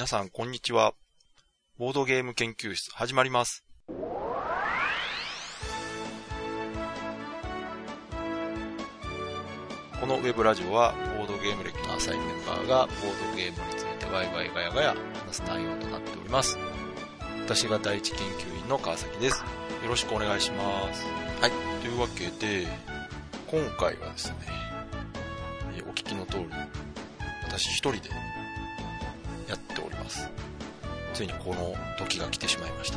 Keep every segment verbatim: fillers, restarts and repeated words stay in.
皆さんこんにちは。ボードゲーム研究室始まります。このウェブラジオはボードゲーム歴の浅いメンバーがボードゲームについてワイワイガヤガヤ話す内容となっております。私が第一研究員の川崎です。よろしくお願いします。はい、というわけで今回はですね、お聞きの通り私一人でやっております。ついにこの時が来てしまいました。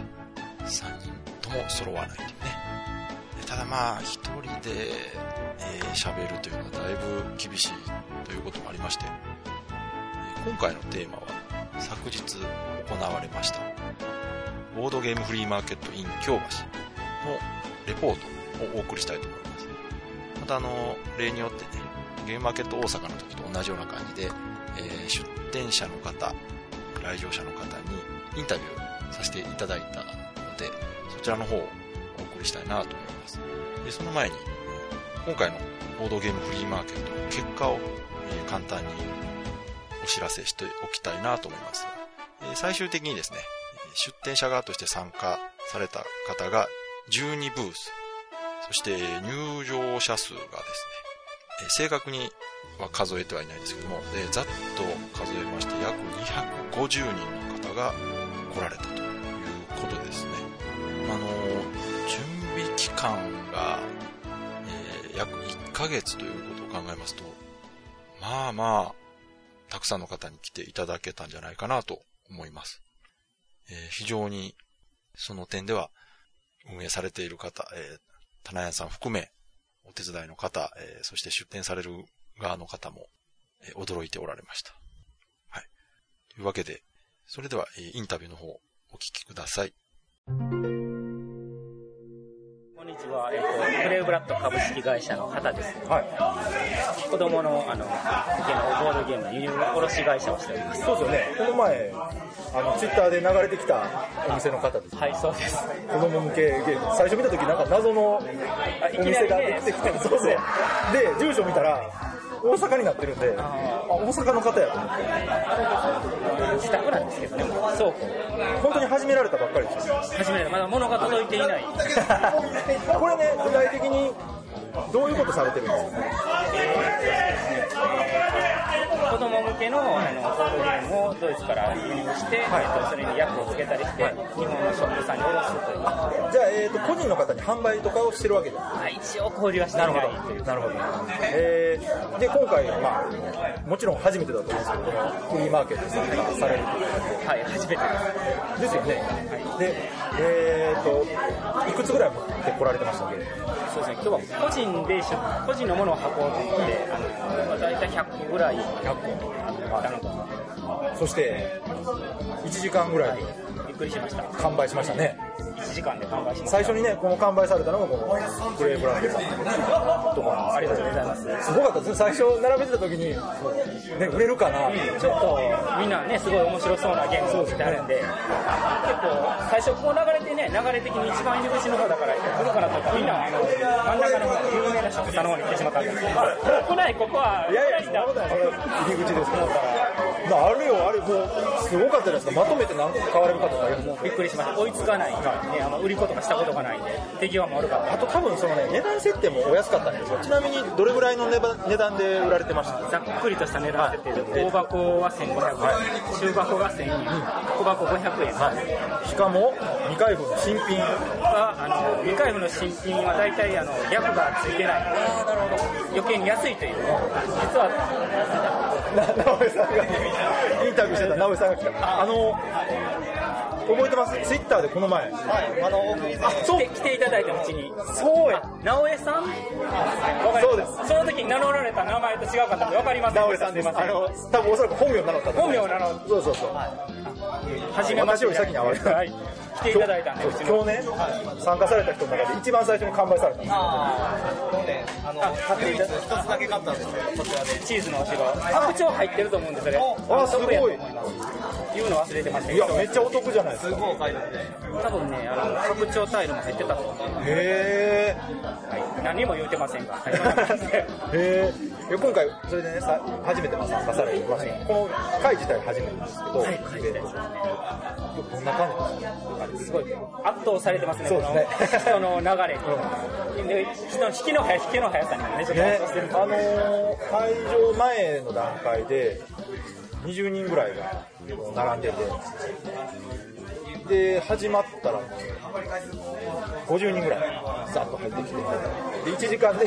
さんにんとも揃わないというね。ただまあ一人で喋、えー、るというのはだいぶ厳しいということもありまして、今回のテーマは昨日行われましたボードゲームフリーマーケット in 京橋のレポートをお送りしたいと思います。またあの例によってね、ゲームマーケット大阪の時と同じような感じで、えー、出店者の方、来場者の方にインタビューさせていただいたので、そちらの方をお送りしたいなと思います。でその前に今回のボードゲームフリーマーケットの結果を、えー、簡単にお知らせしておきたいなと思います。えー、最終的にですね、出店者側として参加された方がじゅうにブース、そして入場者数がですね、えー、正確には数えてはいないですけども、でざっと数えまして約にひゃくごじゅうにんの方が来られたということですね。あの準備期間が、えー、約いっかげつということを考えますと、まあまあたくさんの方に来ていただけたんじゃないかなと思います。えー、非常にその点では運営されている方、えー、棚屋さん含めお手伝いの方、えー、そして出店される側の方も、えー、驚いておられました。はい。というわけで、それでは、えー、インタビューの方お聞きください。 こんにちは、えっと、プレイブラッド株式会社の畑です。はい。子供のあのボードゲームの輸入卸会社をしております。 そうですよね。この前あのツイッターで流れてきたお店の方です。 はい、そうです。 子供向けゲーム。最初見た時なんか謎のお店が出てきて、ね、そうそう。で住所見たら大阪になってるんで、あ大阪の方やと思って。 自宅なんですけどね、倉庫。 本当に始められたばっかりですよ。 始められた、まだ物が届いていない。 これね、具体的にどういうことされてるんですか？ 子供向けのあのボードゲームをドイツから輸入して、はい、えっと、それに薬をつけたりして、はい、日本のショップさんに卸すという。 じゃあ、えーと、個人の方に販売とかをしてるわけですか？ はい、一応交流はしてないという。 なるほど。えー、で、今回、まあ、もちろん初めてだと思うんですけど、フリーマーケット参加されるということで。 はい、初めてです。 ですよね。はい、で、えーと、いくつぐらい持ってこられてましたっけ？ そうですね、今日は個人で個人のものを運んで、あのだいたいひゃっこぐらいひゃっこ頼んだ。 そしていちじかんぐらいで、はい、 びっくりしました。 完売しましたね。 いちじかんで完売しました。 最初にね、この完売されたのがこのプレイブランドさんとか、 ありがとうございます。 すごかったですね。最初並べてた時に、ね、売れるかな、うん、 ちょっとみんなねすごい面白そうなゲームをしてあるんで、結構最初こう流れてね、流れ的に一番入り口の方だから来るかなとか、みんなあの真ん中の有名なショップさんの方に行ってしまったんですけど、来ない、ここはいやいやそんなことない。入り口ですから。あるよ、あれもうすごかったですか。まとめて何個買われるかとかもびっくりしました。追いつかない、ね、あの売り子とかしたことがないんで手際も悪かった。 あと多分そのね値段設定もお安かったんですよ。ちなみにどれぐらいの値段で売られてました？ ざっくりとした値段設定で、大箱はせんごひゃくえん、はい、中箱がせんえん、小箱ごひゃくえん、はい、 しかも未開封の新品はあの未開封の新品は大体あの略がついてない。あなるほど。余計に安いという。実は直江さんがインタビューしてた直江さんが来た。あの覚えてます？ツイッターでこの前、 はい、あのあそう来て、来ていただいたうちに、 そうや、 直江さん、 そうです。 その時に名乗られた名前と違うかったんで分かりません。 直江さんです。あの多分おそらく本名になった。 本名を名乗る。 そうそうそう。 はい、初めまして。 私より先に会われた。はい。 来ていただいたんで、 今日ね、はい、参加された人の中で一番最初に完売されたんですよ。 ああの唯一一つだけ買ったんですよ。こちらでチーズのお城、白鳥入ってると思うんですよね。 ああすごい。 言うの忘れてましたけいやど、 めっちゃお得じゃないですか。 多分ね、あの拡張タイルも入ってたと思う。 へはい、何も言うてませんが。 ーへー今回それでねさ初めてまあ参加されてました、この会自体初めてなんですけど、 はい、会自体ですね。 どんな感じですか？ すごい圧倒されてますね。 そうですねこの人の流れに、で人の引きの速引きの速さにもねちょっとね圧倒してる。 あのー、会場前の段階でにじゅうにんぐらいが並んでて、で始まったらごじゅうにんぐらいザッと入ってきて、でいちじかんでい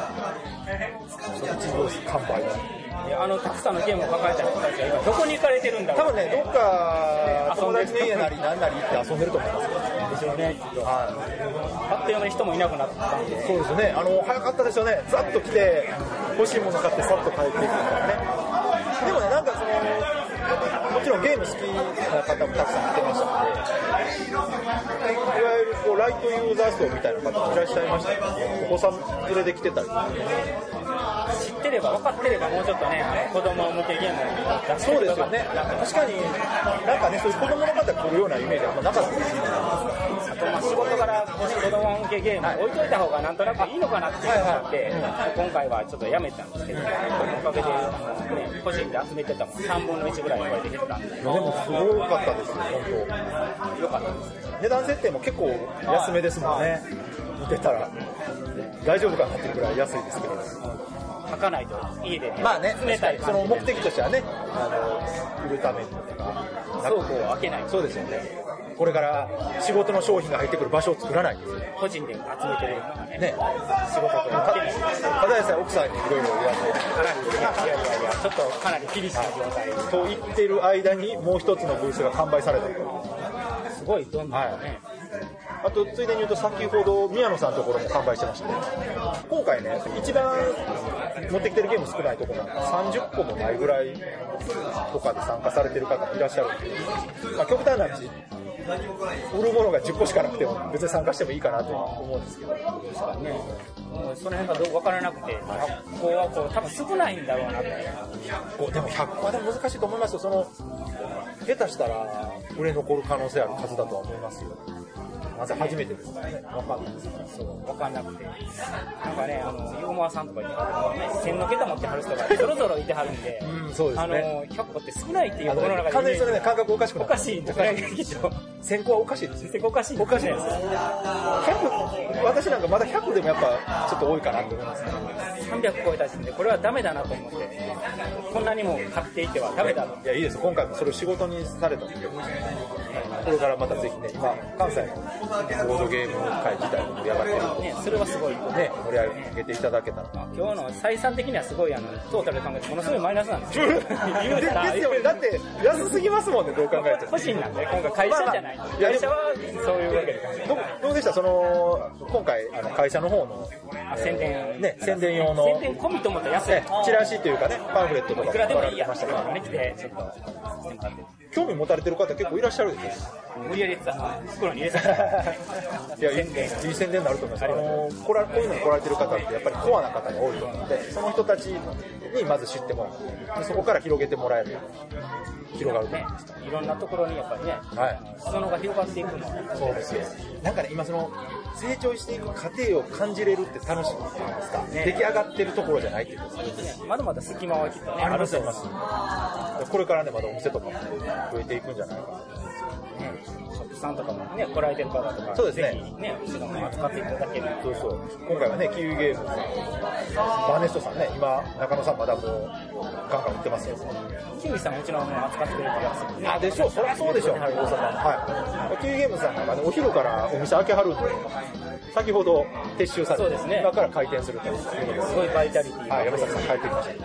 ちブース完売。 あのたくさんのゲームを抱えた人たちが今どこに行かれてるんだろう。 多分ね、どっか友達の家なり何なり行って遊んでると思いますよ。 ですよね。 はあっという間に人もいなくなったんで。 い、そうですね。あの早かったですよね。ざっと来て欲しいもの買ってさっと帰っていくみたいなね。でもね、なんかそのもちろんゲーム好きな方もたくさん来てましたので、いわゆるこうライトユーザー層みたいな方もいらっしゃいましたけど、お子さん連れてきてたりとかね。 知ってれば分かってればもうちょっとね、子供向けゲームを出してそうですよね。確かになんかね、そういう子供の方来るようなイメージはあんまなかったですね。 あとまあ仕事柄子供向けゲームを置いといた方がなんとなくいいのかなって思って、今回はちょっとやめたんですけど、おかげで、ね、個人で集めてたもんさんぶんのいちぐらいこれで減ったんで。 でもすごかったですよ、本当。 よかったです。 値段設定も結構安めですもんね。見てたら大丈夫かなっていうぐらい安いですけど。 書かないと家で、ね、 まあね、 冷たいその目的としてはね、あの売るためにとか、 倉庫を開けない。 そうですよね。これから仕事の商品が入ってくる場所を作らないですよね。 個人で集めてるのがね、 ね、 仕事とかただでさえ奥さんにいろいろ言われて、 かなりいやいやいやちょっとかなり厳しい状態と言ってる間にもう一つのブースが完売されたと。 すごいどんどんね、はい、 あとついでに言うと先ほど宮野さんのところも完売してましたね。今回ね、一番持ってきてるゲーム少ないところなんかさんじゅっこもないぐらいとかで参加されてる方もいらっしゃるんで、まあ、極端な話売るものがじゅっこしかなくても別に参加してもいいかなと思うんですけど、 ですからね、その辺がどう分からなくて、ひゃっこはこう多分少ないんだろうなって。 ひゃっこでもひゃっこはでも難しいと思いますよ。その下手したら売れ残る可能性ある数だとは思いますよ。まず初めてですからね、分かんないですから。 そう分かんなくて、なんかね、あのユーモアさんとか言ってはる線の桁持ってはる人がそろそろいてはるんで、 うん、そうですね。 あのひゃっこって少ないっていう世の中で完全にそれね、感覚おかしくなおかしいんですね。 先行はおかしいですよ。 先行おかしいおかしいです。ひゃく、私なんかまだひゃくでもやっぱちょっと多いかなと思いますね。 さんびゃく超えた時点でこれはダメだなと思って、こんなにも買っていてはダメだと。 いやいいですよ。今回もそれを仕事にされたので、これからまたぜひね、今関西のボードゲーム界自体も盛り上がってるので、 ね、それはすごいね、盛り上げていただけたら。 今日の採算的にはすごいあのトータルで考えてものすごいマイナスなんですよ。言うたらですよ。だって安すぎますもんね、どう考えても。 個人なんで今回会社じゃない。まあまあ、会社はそういうわけで。 どどうでした？その今回あの会社の方の宣伝ね、宣伝用の宣伝込みと思ったら安い。 チラシというかね、パンフレットとかいくらでもいいやましたけどね、来てちょっと興味持たれてる方結構いらっしゃるでしょ。 無理やり袋に入れさせて。 いやいいいい宣伝になると思います。あのこらこういうのに来られてる方ってやっぱりコアな方が多いと思うので、その人たちにまず知ってもらって、そこから広げてもらえる。広がるね。 いろんなところにやっぱりね、はい、裾野が広がっていくの。 そうですよ。なんかね、今その成長していく過程を感じれるって楽しいっていうんですか、ね、出来上がってるところじゃないっていうことですね。 まだまだ隙間はきっとね、 ありますあります。これからね、まだお店とかも増えていくんじゃないかなと。 ね、ショップさんとかもね、来られてる方とか、 そうですね。 ぜひね、うちのも扱っていただける。 そうそう。今回はね、キウイゲームさん、バーネストさんね、今、中野さんまだもう、ガンガン売ってますよ。 キウイさんうちのも扱ってくれる気がする。 あ、でしょう、そりゃそうでしょう、大阪。はい。キウイゲームさんなんかね、お昼からお店開けはるんで、先ほど撤収されて、 そうですね、 今から開店するということですごいバイタリティー。 はい、山崎さん帰ってきました。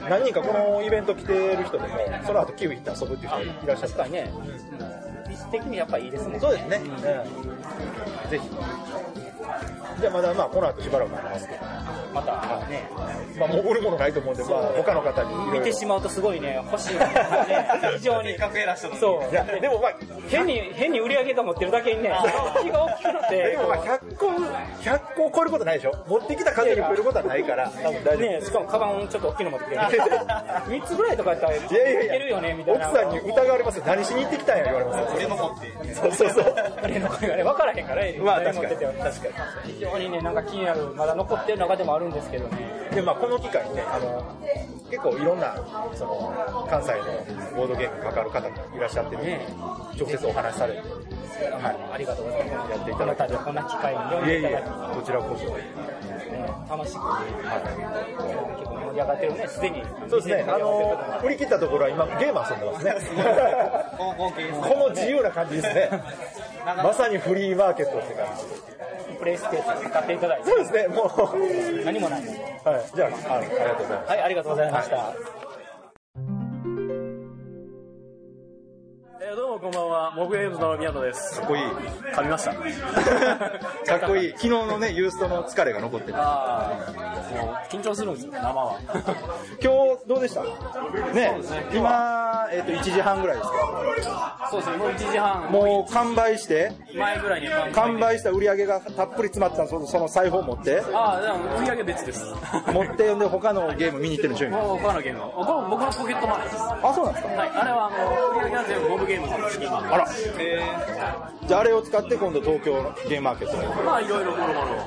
何人かこのイベント来てる人でも、その後キウイ行って遊ぶっていう人がいらっしゃる。 確かにね。的にやっぱいいですね。 そうですね。うん、ぜひ。 じゃあまだまあこの後しばらくありますけど、 またね、 まあもう売るものないと思うんで、まあ他の方に見てしまうとすごいね、欲しいね、非常に。そう。 いや、でもまあ、 変に、変に売り上げと思ってるだけにね、気が大きくなって。 でもまあひゃっこ、ひゃっこを超えることないでしょ。持ってきた数に超えることはないから、多分大丈夫。 ね、しかもカバンちょっと大きいの持ってきてる。みっつぐらいとかやったらいけるよね、みたいな。 奥さんに疑われますよ。何しに行ってきたんや言われますよ。 俺の持って。そうそうそう。俺の声がね、分からへんからね。 まあ確かに。確かに。 非常にね、なんか気になる、まだ残ってる中でもあるんですけどね。 で、まあこの機会にね、あの、結構いろんな、その、関西のボードゲームに関わる方もいらっしゃってね、直接お話しされて、 はい、ありがとうございます。 やっていただき、 こんな機会に呼んでいただき、 こちらこそ、ね、 楽しく、はい、結構盛り上がってるね、すでに。 そうですね、あの、売り切ったところは今、ゲーム遊んでますね。この自由な感じですね。まさにフリーマーケットって感じ。 プレイスペース買っていただいて。 そうですね、もう。 何もないので。 はい、じゃあ、あ、ありがとうございます。 はい、ありがとうございました。はいえー、どうもこんばんは、モグゲームズの宮野です。 かっこいい。 噛みました。 かっこいい。昨日のね、ユーストの疲れが残ってる。 ああ、もう緊張するんですよ、生は。 今日どうでしたね、ね今、えっ、ー、といちじはんぐらいですか。 そうですね、もういちじはん。 もう完売して、 前ぐらいに完売した売り上げがたっぷり詰まったその、その財布を持って。 ああ、でも売り上げ別です。 持って、で他のゲーム見に行ってるんでしょ、今。 他のゲーム。これ僕のポケットマネーです。 あ、そうなんですか。 はい、あれはあの、売り上げは全部モブゲームズの資金なんで。 あら。えー、じゃああれを使って今度東京のゲームマーケットに。 まあいろいろもろもろ。はい。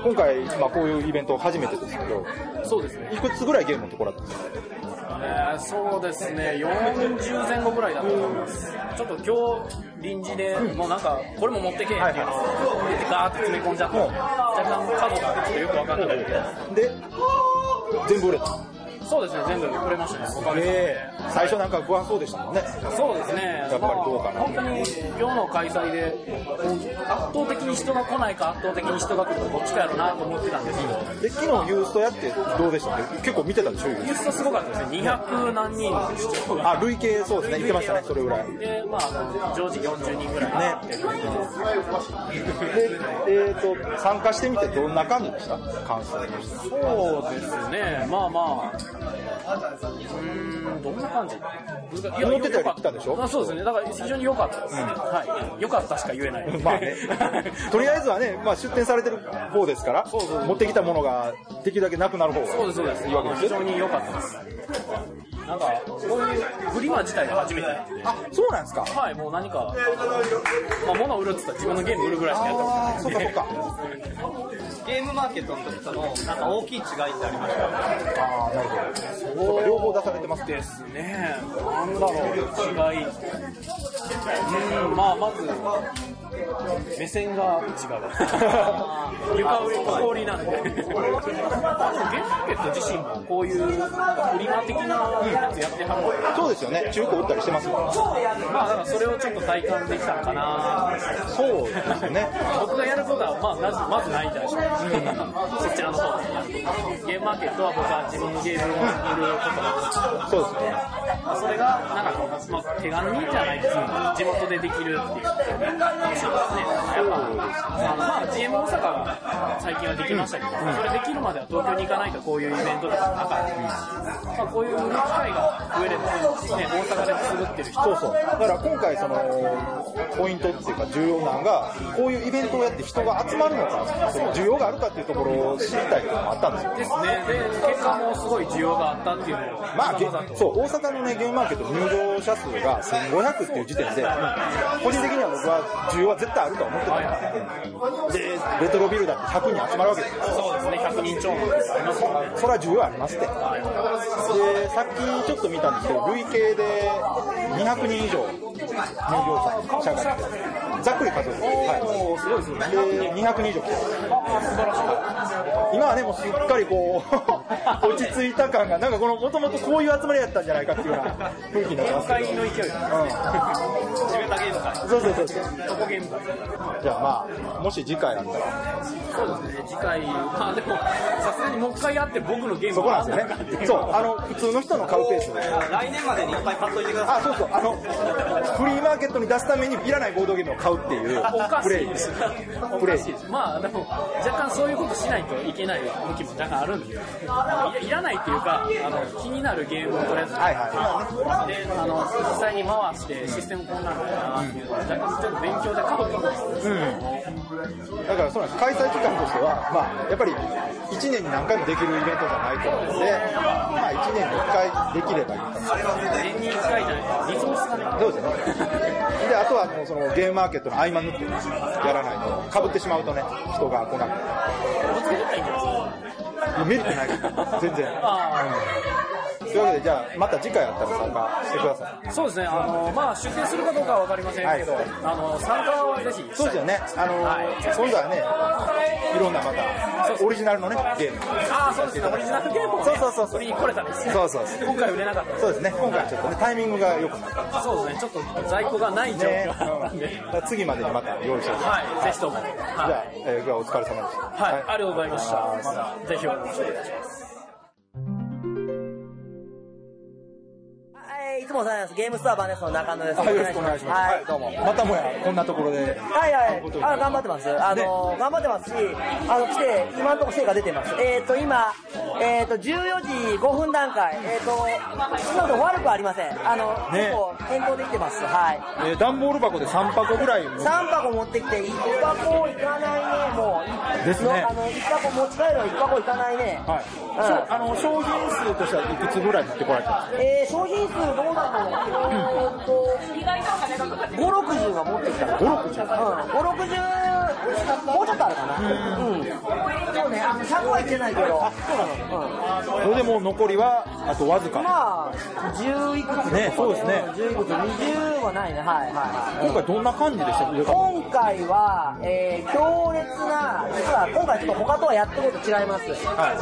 今回、まあこういうイベント初めてですけど。 そうですね。 いくつぐらいゲーム持ってこられたんですか。 えー、そうですね、よんじゅうぜん後ぐらいだと思います。ちょっと今日臨時で、もうなんかこれも持ってけへんっていうのをガーッと詰め込んじゃって、若干数がちょっとよく分かんなくて。 で、全部売れた。 そうですね、全部売れましたね、おかげさまで。 最初なんか不安そうでしたもんね。 そうですね、 やっぱりどうかな。 本当に今日の開催で、圧倒的に人が来ないか、圧倒的に人が来るか、どっちかやろうなと思ってたんですけど。 で、昨日ユーストやってどうでしたっけ。結構見てたんでしょ。ユーストすごかったですね、にひゃくなんにんの人が。 あ、累計そうですね、言ってましたね、それぐらい。 で、まあ、常時よんじゅうにんぐらいね。 で、えっと、参加してみてどんな感じでした感想でした。 そうですね、まあまあ、うーん、どんな感じ思ってたより来たでしょ。 あ、そうですね、だから非常に良かったです、うん、はい、良かったしか言えないまあねとりあえずはね、まあ、出店されてる方ですから、そうそうそう、持ってきたものができるだけなくなる方がそうですそうですいいわけですよ。非常に良かったです。なんかこういうフリマ自体が初めてなんで。 あ、そうなんですか。 はい、もう何か、まあ、物を売るって言ったら自分のゲーム売るぐらいしかやったことない。 あ、そうかそうかゲームマーケットの時とのなんか大きい違いってありました。 ああ、なるほど。そうか、両方出されてますですね。なんだろう、違い。うん、まあまず目線が違う。床上氷なんで。ゲームマーケット自身もこういうフリマ的なやつやってはるので。 そうですよね。中古売ったりしてますもん。 まあだからそれをちょっと体感できたのかな。 そうですよね。 僕がやることはまあまずまずないんじゃないでしょうか。そちらの方でゲームマーケットは僕は自分のゲームを売ることなんです。 そうですね。 まあ、それがなんか、まあ、手軽にじゃないですか、うん、地元でできるっていう楽しいですね。やっぱあの、まあ、ジーエム 大阪が最近はできましたけど、うん、それできるまでは東京に行かないとこういうイベントとかなかった、うん、まあ、こういう売る機会が増えれば、ね、大阪で作ってる人そうそうだから今回そのポイントっていうか重要なのがこういうイベントをやって人が集まるのかその需要があるかっていうところを知りたいというのもあったんですよ。 ですね。で結果もすごい需要があったっていうのをまあそう大阪のねゲームマーケット入場者数がせんごひゃくっていう時点で個人的には僕は需要は絶対あると思ってたんです。でレトロビルだってひゃくにん集まるわけですよ。 そうですね。ひゃくにん超のですありますよね。 それは需要ありますって。でさっきちょっと見たんですけど累計でにひゃくにん以上入場者が来てざっくり数えて、はい、 すごいですね。 でにひゃくにん以上来てあ素晴らしい。 今はねもうすっかりこう落ち着いた感がなんかこのもともとこういう集まりやったんじゃないかっていうような雰囲気になってますけど。 ゲーム会の勢い。うん。地べたゲーム会。 そうそうそうそう。 トコゲーーム会。 じゃあまあ、もし次回あったら。 そうですね、次回、まあでも、さすがにもう一回やって僕のゲームそこなんですよね。そう、あの、普通の人の買うペースで。 来年までにいっぱい買っといてください。 あ、そうそう、あの、フリーマーケットに出すためにいらないボードゲームを買うっていうおかしプレイいです。 プレイ。 まあでも、若干そういうことしないといけない向きも若干あるんで、いやいらないっていうか、あの、気になるゲームをとりあえず、 はいはい。 で、あの、実際に回してシステムこんなのかなっていうのを若干ちょっと勉強で買うと思うんですよ。 うん。だからそうなんです。開催期間としては、まあ、やっぱりいちねんに何回もできるイベントじゃないと思うので、まあいちねんにいっかいできればいいかもしれない。 年にいっかいじゃないとリソースがね。 そうですね。で、あとはもうそのゲームマーケットの合間縫ってやらないと、被ってしまうとね、人が来なくて。 ぶつけてったらいいんじゃないですか。 メリットないから、全然。 あというわけで、じゃあ、また次回やったら参加してください。 そうですね、あの、まあ、出展するかどうかはわかりませんけど、 はい、 あの、参加はぜひ。 そうですよね。あの、はい、今度はね、いろんなまた、オリジナルのね、ゲーム。 ああ、そうですね、オリジナルゲームを、ね、 そうそうそうそう。 売りに来れたんですね。 そうそうそう。 今回売れなかった。 そうですね、今回ちょっとね、タイミングが良くなった。 そうですね、ちょっと在庫がない状況だったんで。ね、 次までにまた用意しておきます。 はい、ぜひとも。はい、じゃあ、えー、今日はお疲れ様でした。 はい、はい、ありがとうございました。また、ぜひお願いします。 いつもお世話になります。ゲームスターバネスの中野です。 よろしくお願いします。 はい、どうも。 またもや、こんなところで。 はいはい。あ、頑張ってます。あの、頑張ってますし、あの、来て、今のところ成果出てます。えっと、今、えっと、じゅうよじごふん段階。えっと、ちょっと悪くありません。あの、結構健康できてます。はい。 えー、段ボール箱でさんぱこぐらい。 さんぱこ持ってきて、いっぱこいかないね、もう。 ですね。 あの、いっぱこ持ち帰るのいっぱこいかないね。 はい。うん、そう、あの、商品数としてはいくつぐらい持ってこられたんですか？ えー、商品数どうだろう。えーっと、ご、ろくじゅうは持ってきた。 ご、ろくじゅう？うん。 ご、ろくじゅう、もうちょっとあるかな。うん。そうね、あの、ひゃくはいってないけど。そうなの。うん。 それでもう残りは、あとわずか。 まあ、じゅういくつね、そうですね。 じゅういくつ、にじゅうはないね。はいはいはい。 今回どんな感じでしたか？ 今回は、えー、強烈な、実は今回ちょっと他とはやってること違います。はい。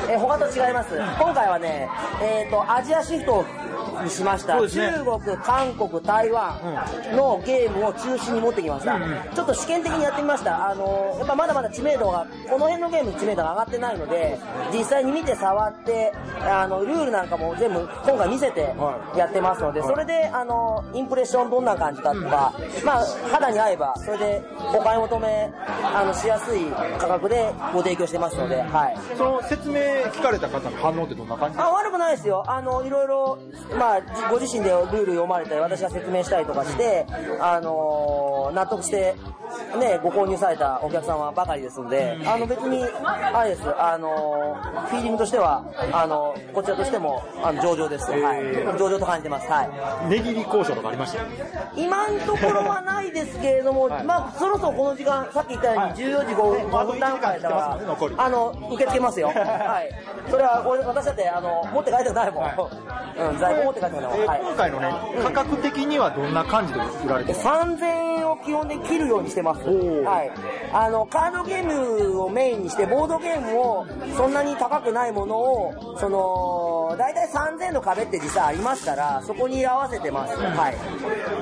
えー、他と違います。今回はね、えーと、アジアシフトにしました、ね、中国、韓国、台湾のゲームを中心に持ってきました、うんうん、ちょっと試験的にやってみました。あのやっぱまだまだ知名度がこの辺のゲームの知名度が上がってないので、実際に見て触ってあのルールなんかも全部今回見せてやってますので、はい、それであのインプレッションどんな感じかとか、うん、まあ肌に合えばそれでお買い求めあのしやすい価格でご提供してますので、はい、 その説明聞かれた方の反応ってどんな感じですか？ あ、悪くないですよ。あのいろいろまあご自身でルール読まれたり私が説明したりとかして、あのー、納得してねご購入されたお客様ばかりですので、あの別にあれです、あのー、フィーリングとしてはあのー、こちらとしてもあの上々です、はい、上々と感じてます。はい。 値切り交渉とかありました？ 今のところはないですけれども、はい、まあそろそろこの時間さっき言ったようにじゅうよじごふん段階だからあの受け付けますよ。はい。それは俺私だってあの持って帰ってないもん。はい、うん、在庫持って帰ってないもん。 えーはい、今回のね、価格的にはどんな感じで売られてる？ さんぜんえんを基本で切るようにしてます。はい。あのカードゲームをメインにしてボードゲームをそんなに高くないものをそのだいたいさんぜんえんの壁って実際ありますからそこに合わせてます。はい。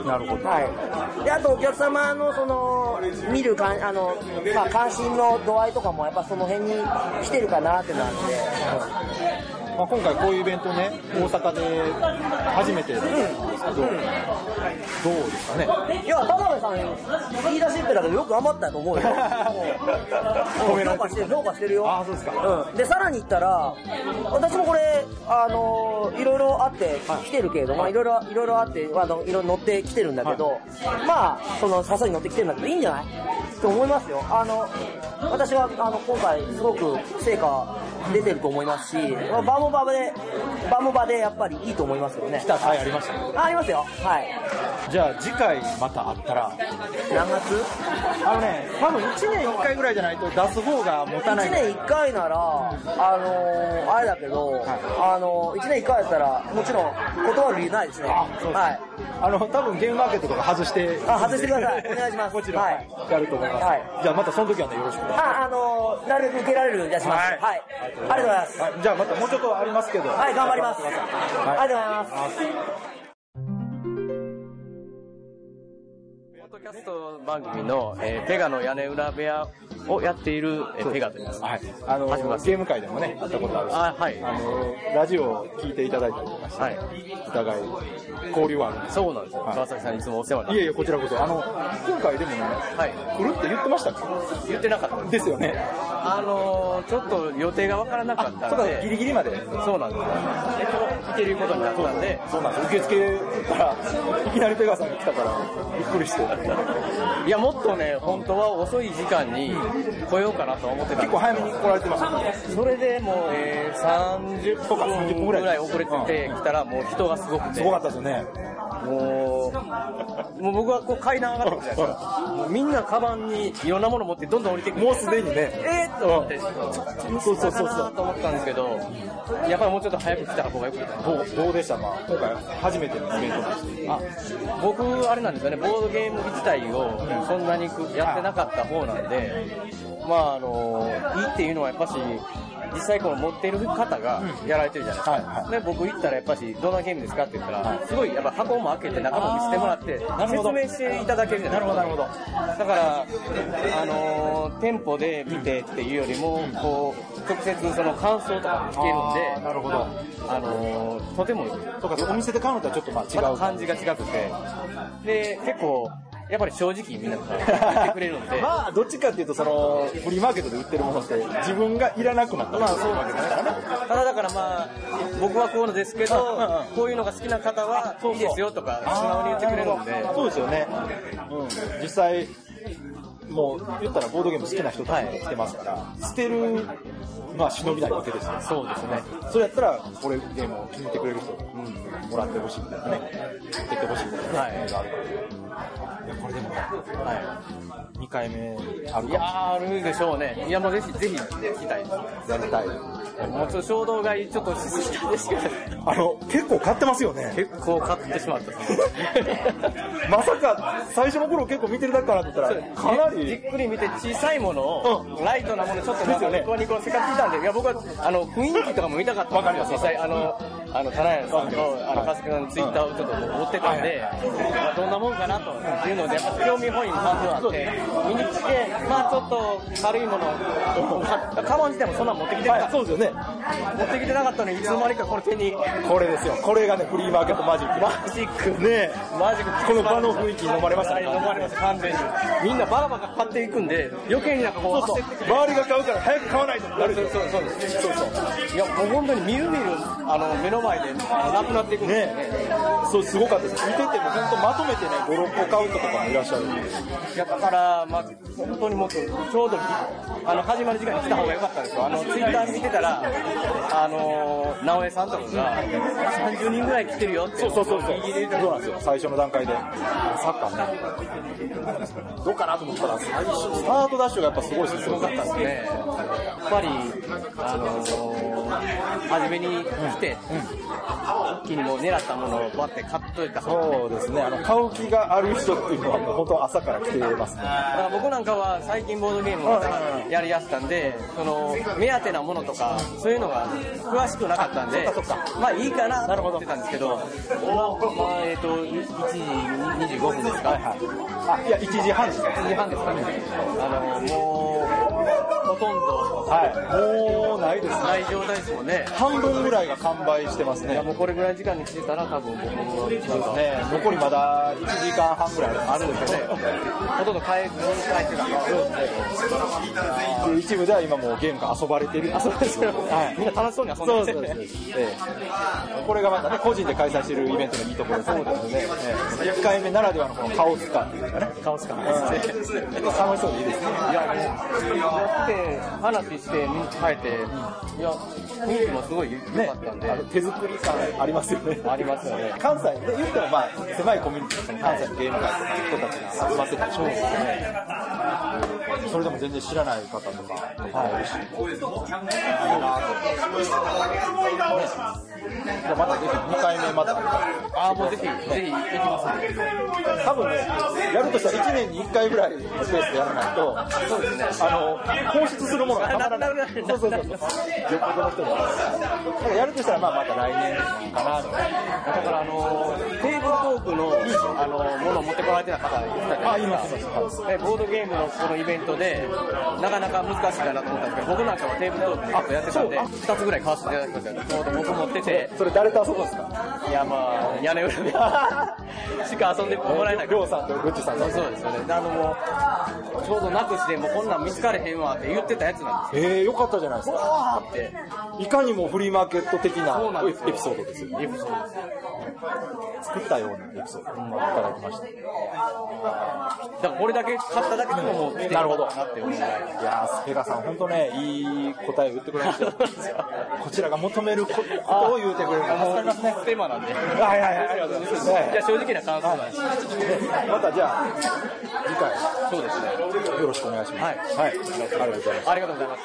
なるほど。 はい。であとお客様のその見るかあのまあ関心の度合いとかもやっぱその辺に来てるかなってなんで。 まあ、今回こういうイベントね、大阪で初めてなんですけど、うん、どうですかね？ いや、田辺さん、言い出しっぺだけどよく頑張ったと思うよ。評価してる、評価してるよ。 あ、そうですか。 うん。で、さらに言ったら、私もこれ、あのー、いろいろあって来てるけれども、はい、いろいろ、いろいろあって、あの、いろいろ乗ってきてるんだけど、はい、まあ、その、誘いに乗ってきてるんだけど、いいんじゃないと思いますよ。あの、私は、あの、今回、すごく成果出てると思いますし、場も場で、場も場でやっぱりいいと思いますよね。 来た回ありましたね。 あ、ありますよ。はい。 じゃあ次回また会ったら何月？ あのね、多分いちねんいっかいぐらいじゃないと出す方が持たない。 いちねんいっかいなら、あのー、あれだけど、はい、あのー、いちねんいっかいだったらもちろん断る理由ないですね。 あ、そうです。はい。あの多分ゲームマーケットとか外してあ外してください。お願いします。 もちろん、はい、やると思います。はい。じゃあまたその時はねよろしく。 あ、あのー、なるべく受けられるように出します。はい。はい、ありがとうございます。 はい、じゃあまたもうちょっとありますけど。 はい、頑張ります。はい、ありがとうございます。 キャスト番組の、えー、ペガの屋根裏部屋をやっている、えー、ペガと言います。 はい。あの、ゲーム界でもね、やったことあるし、 あ、はい。 あの、ラジオを聞いていただいたりとかして、はい。お互い、交流はあるんです。 そうなんですよ。はい、川崎さんいつもお世話になって。 いえいえ、こちらこそ。あの、今回でもね、はい。来るって言ってましたっけ？ 言ってなかったですよね。 あのー、ちょっと予定がわからなかったので。 ギリギリまで。 そうなんですよ。えっと、行けることになったんで。 そうなんです。受付から、いきなりペガさんが来たから、びっくりして。 いや、もっとね、本当は遅い時間に来ようかなと思ってたんです。 結構早めに来られてましたね。 それでもう、えー、さんじゅっぷんぐらい遅れてて来たら、もう人がすごくて。 すごかったですよね。 もう、もう僕はこう階段上がってくるじゃないですか。もうみんなカバンにいろんなもの持ってどんどん降りてくる。 もうすでにね。 えー、と思って、そうそうそうそうと思ったんですけど、やっぱりもうちょっと早く来た方がよかった。 どう、どうでしたまあ、今回初めてのイベントとして。 あ、僕、あれなんですよね、ボードゲーム自体をそんなにやってなかった方なんで、まああの、いいっていうのはやっぱし、実際この持っている方がやられてるじゃないですか、うんはいはい、で僕行ったらやっぱしどんなゲームですかって言ったら、はい、すごいやっぱ箱も開けて中も見せてもらって説明していただけるじゃないですか。なるほどなるほど。だからあのー、店舗で見てっていうよりも、うん、こう直接その感想とか聞けるんで、 なるほど。 あのー、とてもとかお店で買うのとはちょっとまあ違う、 ま、感じが違くて、で結構やっぱり正直みんなが言ってくれるんでまあどっちかっていうとそのフリーマーケットで売ってるものって自分がいらなくなったまあそうわけですからね。ただだからまあ僕はこういうのですけどこういうのが好きな方はいいですよとか素直に言ってくれるんで。 そうですよね、うん、実際もう言ったらボードゲーム好きな人たちが来てますから、はい、捨てるまあ忍びないわけですよ。 そうですね。 それやったらこれゲームを気に入ってくれる人、うん、もらってほしいみたいなね、売ってってほしいみたいなね、があるから。いやこれでも、はい、にかいめあるかもしれない。いやあるでしょうね。いやもうぜひぜひ聞きたいです。 やりたい。 もうちょっと衝動買いちょっとしすぎたんですけど、 あの結構買ってますよね。 結構買ってしまったまさか最初の頃結構見てるだけかなと思ったらかなりじっくり見て小さいものを、うん、ライトなものちょっとなんかニコニコせかっていたんで、いや僕はあの雰囲気とかも見たかったんですよ。実際あのあの田中さんとあの川崎さんのツイッターをちょっと持ってたんで、まあ、どんなもんかなというのでやっぱ興味本位の半分あって見に来て、まあちょっと軽いものカバン自体もそんな持ってきてなかった、 はい、そうですよね。 持ってきてなかったのにいつの間にかこれ手にこれですよ。これがねフリーマーケットマジック。 マジックねマジック。 この場の雰囲気に飲まれましたね。 飲まれました完全に。みんなバカバカ買っていくんで余計になんかこうそうそう周りが買うから早く買わないとなる。そうそうそうそうそう。いやもう本当にみるみるあの目の前でなくなっていくんですよね。 そうすごかったです。見てても本当まとめてねご、ろっこ買う人とかもいらっしゃるんで。 いやだからまあ本当にもっとちょうどあの始まる時間に来た方が良かったんですよ。あのツイッター見てたらあの直江さんとかがさんじゅうにんぐらい来てるよって。 そうそうそうそう。そうなんですよ。最初の段階でサッカーね。どうかなと思ったら最初スタートダッシュがやっぱすごいすごかったですね。 やっぱりあのー、初めに来て、うんうん、一気にもう狙ったものをバッて買っといた方が、ね、 そうですね。あの買う気がある人っていうのはもう本当朝から来てますね。だから僕なんかは最近ボードゲームをやりやしたんで、その目当てなものとかそういうのが詳しくなかったんで、まあいいかなと思ってたんですけど、まあえっといちじにじゅうごふんですか。はいはい、 あいやいちじはんですか。 いちじはんですかね。あのもうほとんどはいもうないですね。 ない状態ですもんね。 半分ぐらいが完売してますね。 いやもうこれぐらい時間に来てたら多分僕もそうですね。残りまだいちじかんはんぐらいあるんですよね。 ほとんど帰ずに帰ってた。 そうですね。一部では今もうゲームが遊ばれている。 あそうですよ。はい。みんな楽しそうに遊んでる。 そうです。ええ。これがまたね個人で開催しているイベントのいいところですね。そうですね。ええ。いっかいめならではのこのカオス感というかね。 カオス感ですね。 楽しそうでいいですね。 いややって話して帰って、いや雰囲気もすごい良かったんで、 ね、手作り感ありますよね。 ありますよね。 関西で言ってもまあ狭いコミュニティの関西のゲーム会とかの人たちが集まってたりしますよね。それでも全然知らない方とかはいるし、いいなと思って。またぜひにかいめまたああもうぜひぜひ行きますね。 多分ねやるとしたらいちねんにいっかいぐらいのスペースでやらないとそうですね。 あの放出するものがたまらない。そうそうそうそう。よっぽどの人が。だからやるとしたらまあまた来年かな。 だからあのテーブルトープのあのものを持ってこられてた方いたじゃないですか。あ、いますいます。でボードゲームのこのイベントでなかなか難しいかなと思ったんですけど、僕なんかはテーブルトークで結構やってたんでふたつぐらい買わせていただきました。ちょうど僕持ってて。 それ誰と遊ぶんですか？ いやまあ屋根裏でしか遊んでもらえない。 りょうさんとグッチさん。 そうですよね。あのもうちょうどなくしてもうこんなん見つかれへんわって言ってたやつなんですよ。 えー、よかったじゃないですか。 わーっていかにもフリーマーケット的なエピソードですよね。 エピソードです。 作ったようなエピソードをいただきました。 だからこれだけ買っただけでももうなるほどなって思う。いやー、スペガさん本当ね、いい答えを言ってくれましたよ。こちらが求めることを言うてくれるから助かりますね。 テーマなんで。 はいはいはい。ありがとうございます。 じゃあ正直な感想なんです。 またじゃあ次回そうですね。 よろしくお願いします。 はい。 はい。ありがとうございます。 ありがとうございます。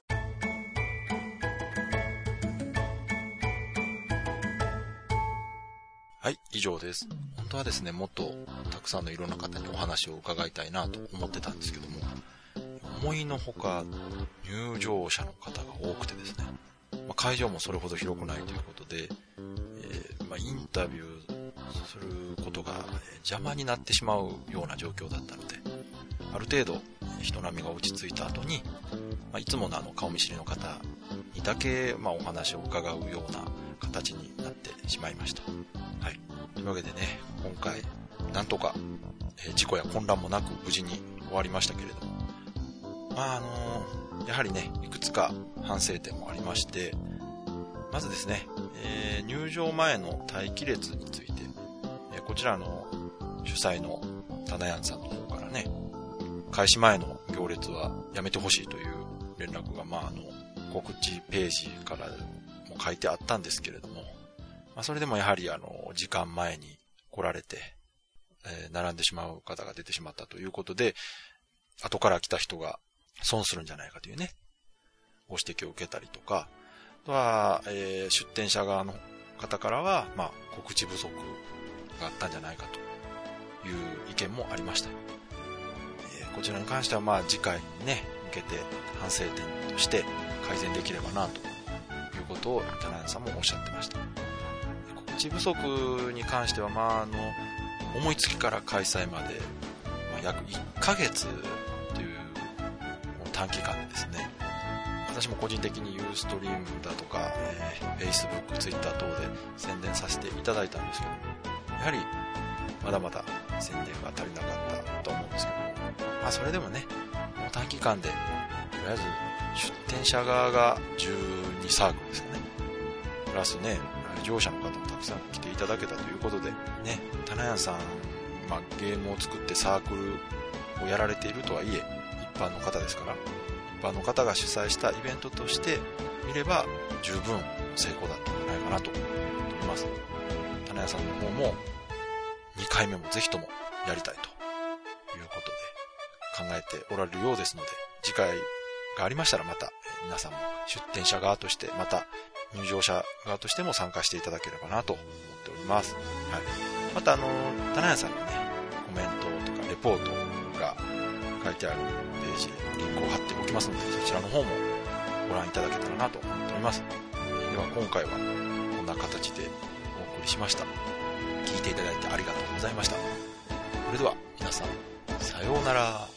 はい、以上です。本当はですね、もっとたくさんのいろんな方にお話を伺いたいなと思ってたんですけども、思いのほか入場者の方が多くてですね、まあ、会場もそれほど広くないということで、えーまあ、インタビューすることが邪魔になってしまうような状況だったので、ある程度人波が落ち着いた後に、まあ、いつものあの顔見知りの方にだけまあお話を伺うような形になってしまいました。はい。というわけでね、今回なんとか、えー、事故や混乱もなく無事に終わりましたけれども、まああのー、やはりね、いくつか反省点もありまして、まずですね、えー、入場前の待機列について、えー、こちらの主催のタナヤンさんの方からね、開始前の行列はやめてほしいという連絡が、まああの、告知ページからも書いてあったんですけれども、まあそれでもやはりあの、時間前に来られて、えー、並んでしまう方が出てしまったということで、後から来た人が損するんじゃないかというね、ご指摘を受けたりとか、あとは、えー、出店者側の方からは、まあ、告知不足があったんじゃないかという意見もありました。えー、こちらに関しては、まあ、次回にね、向けて反省点として改善できればなということをタナヤンさんもおっしゃってました。告知不足に関しては、まあ、あの、思いつきから開催まで、まあ、約いっかげつという短期間でですね、私も個人的にユーストリームだとか、えー、Facebook、Twitter 等で宣伝させていただいたんですけど、やはりまだまだ宣伝が足りなかったと思うんですけど、まあそれでもね、もう短期間で、とりあえず出店者側がじゅうにサークルですかね。プラスね、乗車の方もたくさん来ていただけたということで、ね、タナヤンさん、まあゲームを作ってサークルをやられているとはいえ、一般の方ですから、一般の方が主催したイベントとして見れば十分成功だったんじゃないかなと思います。タナヤさんの方もにかいめもぜひともやりたいということで考えておられるようですので、次回がありましたらまた皆さんも出店者側としてまた入場者側としても参加していただければなと思っております。はい。またあのタナヤさんのねコメントとかレポートが書いてあるページリンクを貼っておきますので、そちらの方もご覧いただけたらなと思っております。では今回はこんな形でお送りしました。聞いていただいてありがとうございました。それでは皆さんさようなら。